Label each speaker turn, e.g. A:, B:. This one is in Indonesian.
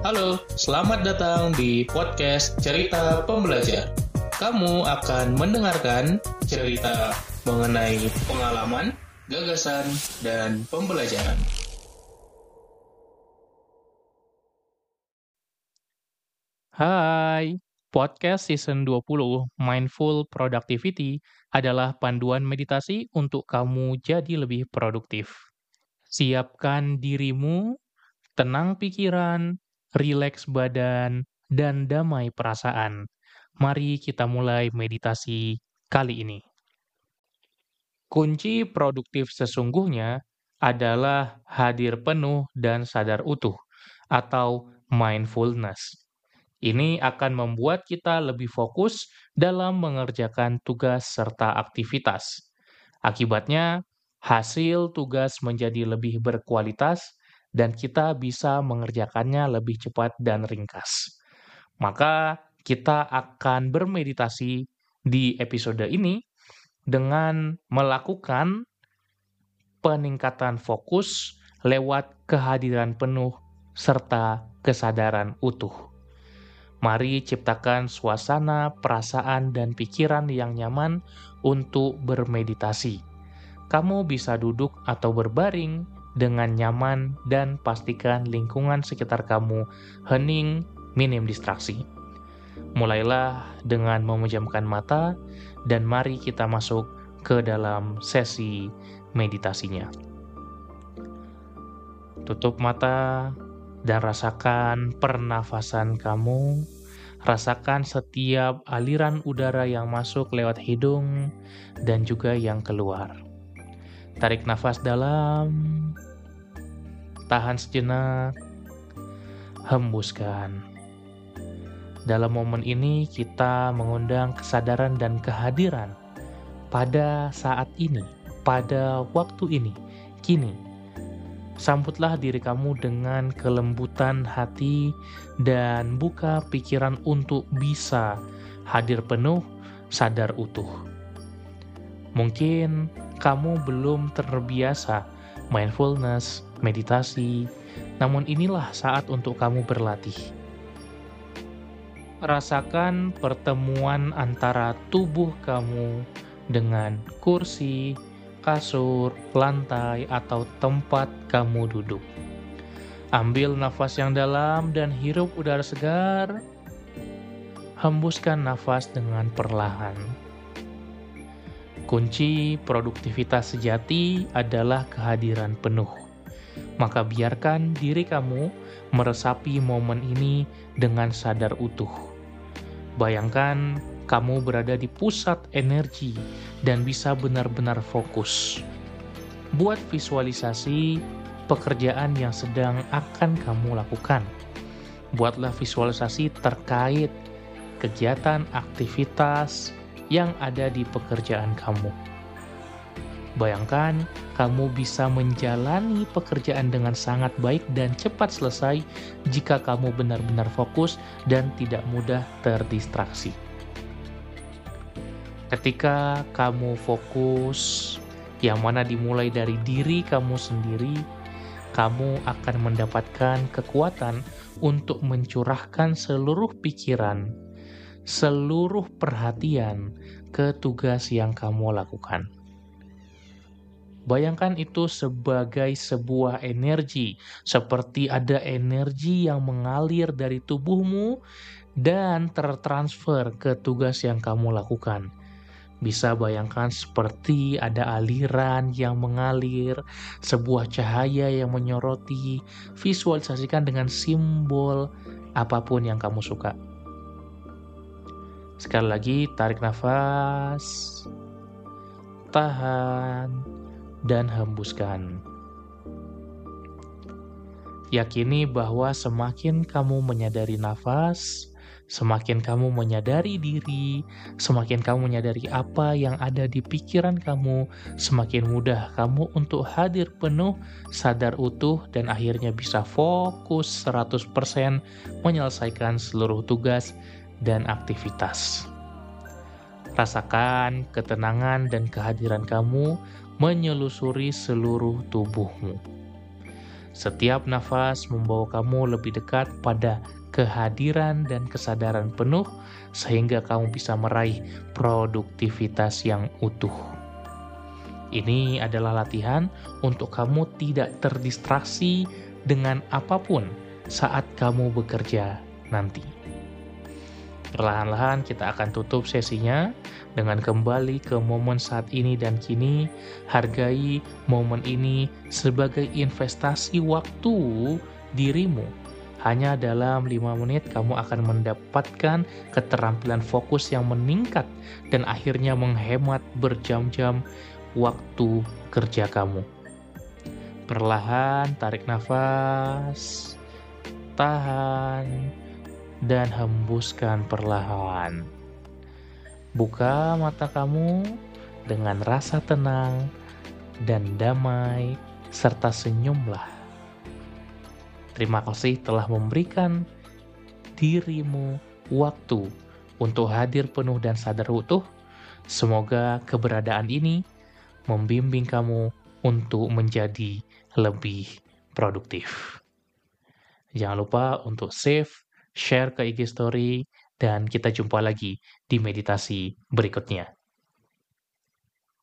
A: Halo, selamat datang di podcast Cerita Pembelajar. Kamu akan mendengarkan cerita mengenai pengalaman, gagasan, dan pembelajaran.
B: Hai, podcast season 20 Mindful Productivity adalah panduan meditasi untuk kamu jadi lebih produktif. Siapkan dirimu, tenang pikiran, rileks badan, dan damai perasaan. Mari kita mulai meditasi kali ini. Kunci produktif sesungguhnya adalah hadir penuh dan sadar utuh, atau mindfulness. Ini akan membuat kita lebih fokus dalam mengerjakan tugas serta aktivitas. Akibatnya, hasil tugas menjadi lebih berkualitas dan kita bisa mengerjakannya lebih cepat dan ringkas. Maka, kita akan bermeditasi di episode ini dengan melakukan peningkatan fokus lewat kehadiran penuh serta kesadaran utuh. Mari ciptakan suasana, perasaan, dan pikiran yang nyaman untuk bermeditasi. Kamu bisa duduk atau berbaring dengan nyaman dan pastikan lingkungan sekitar kamu hening, minim distraksi. Mulailah dengan memejamkan mata dan mari kita masuk ke dalam sesi meditasinya. Tutup mata dan rasakan pernafasan kamu. Rasakan setiap aliran udara yang masuk lewat hidung dan juga yang keluar. Tarik nafas dalam, tahan sejenak, hembuskan. Dalam momen ini kita mengundang kesadaran dan kehadiran pada saat ini, pada waktu ini, kini. Sambutlah diri kamu dengan kelembutan hati dan buka pikiran untuk bisa hadir penuh, sadar utuh. Mungkin kamu belum terbiasa mindfulness, meditasi, namun inilah saat untuk kamu berlatih. Rasakan pertemuan antara tubuh kamu dengan kursi, kasur, lantai, atau tempat kamu duduk. Ambil nafas yang dalam dan hirup udara segar. Hembuskan nafas dengan perlahan. Kunci produktivitas sejati adalah kehadiran penuh. Maka biarkan diri kamu meresapi momen ini dengan sadar utuh. Bayangkan kamu berada di pusat energi dan bisa benar-benar fokus. Buat visualisasi pekerjaan yang sedang akan kamu lakukan. Buatlah visualisasi terkait kegiatan aktivitas yang ada di pekerjaan kamu. Bayangkan kamu bisa menjalani pekerjaan dengan sangat baik dan cepat selesai jika kamu benar-benar fokus dan tidak mudah terdistraksi. Ketika kamu fokus, yang mana dimulai dari diri kamu sendiri, kamu akan mendapatkan kekuatan untuk mencurahkan seluruh pikiran, seluruh perhatian ke tugas yang kamu lakukan. Bayangkan itu sebagai sebuah energi, seperti ada energi yang mengalir dari tubuhmu dan tertransfer ke tugas yang kamu lakukan. Bisa bayangkan seperti ada aliran yang mengalir, sebuah cahaya yang menyoroti, visualisasikan dengan simbol apapun yang kamu suka. Sekali lagi, tarik nafas, tahan, dan hembuskan. Yakini bahwa semakin kamu menyadari nafas, semakin kamu menyadari diri, semakin kamu menyadari apa yang ada di pikiran kamu, semakin mudah kamu untuk hadir penuh, sadar utuh, dan akhirnya bisa fokus 100% menyelesaikan seluruh tugas dan aktivitas. Rasakan ketenangan dan kehadiran kamu menyelusuri seluruh tubuhmu. Setiap nafas membawa kamu lebih dekat pada kehadiran dan kesadaran penuh sehingga kamu bisa meraih produktivitas yang utuh. Ini adalah latihan untuk kamu tidak terdistraksi dengan apapun saat kamu bekerja nanti. Perlahan-lahan kita akan tutup sesinya dengan kembali ke momen saat ini dan kini. Hargai momen ini sebagai investasi waktu dirimu. Hanya dalam 5 menit kamu akan mendapatkan keterampilan fokus yang meningkat dan akhirnya menghemat berjam-jam waktu kerja kamu. Perlahan tarik nafas, tahan, dan hembuskan perlahan. Buka mata kamu dengan rasa tenang dan damai serta senyumlah. Terima kasih telah memberikan dirimu waktu untuk hadir penuh dan sadar utuh. Semoga keberadaan ini membimbing kamu untuk menjadi lebih produktif. Jangan lupa untuk save, share ke IG Story, dan kita jumpa lagi di meditasi berikutnya.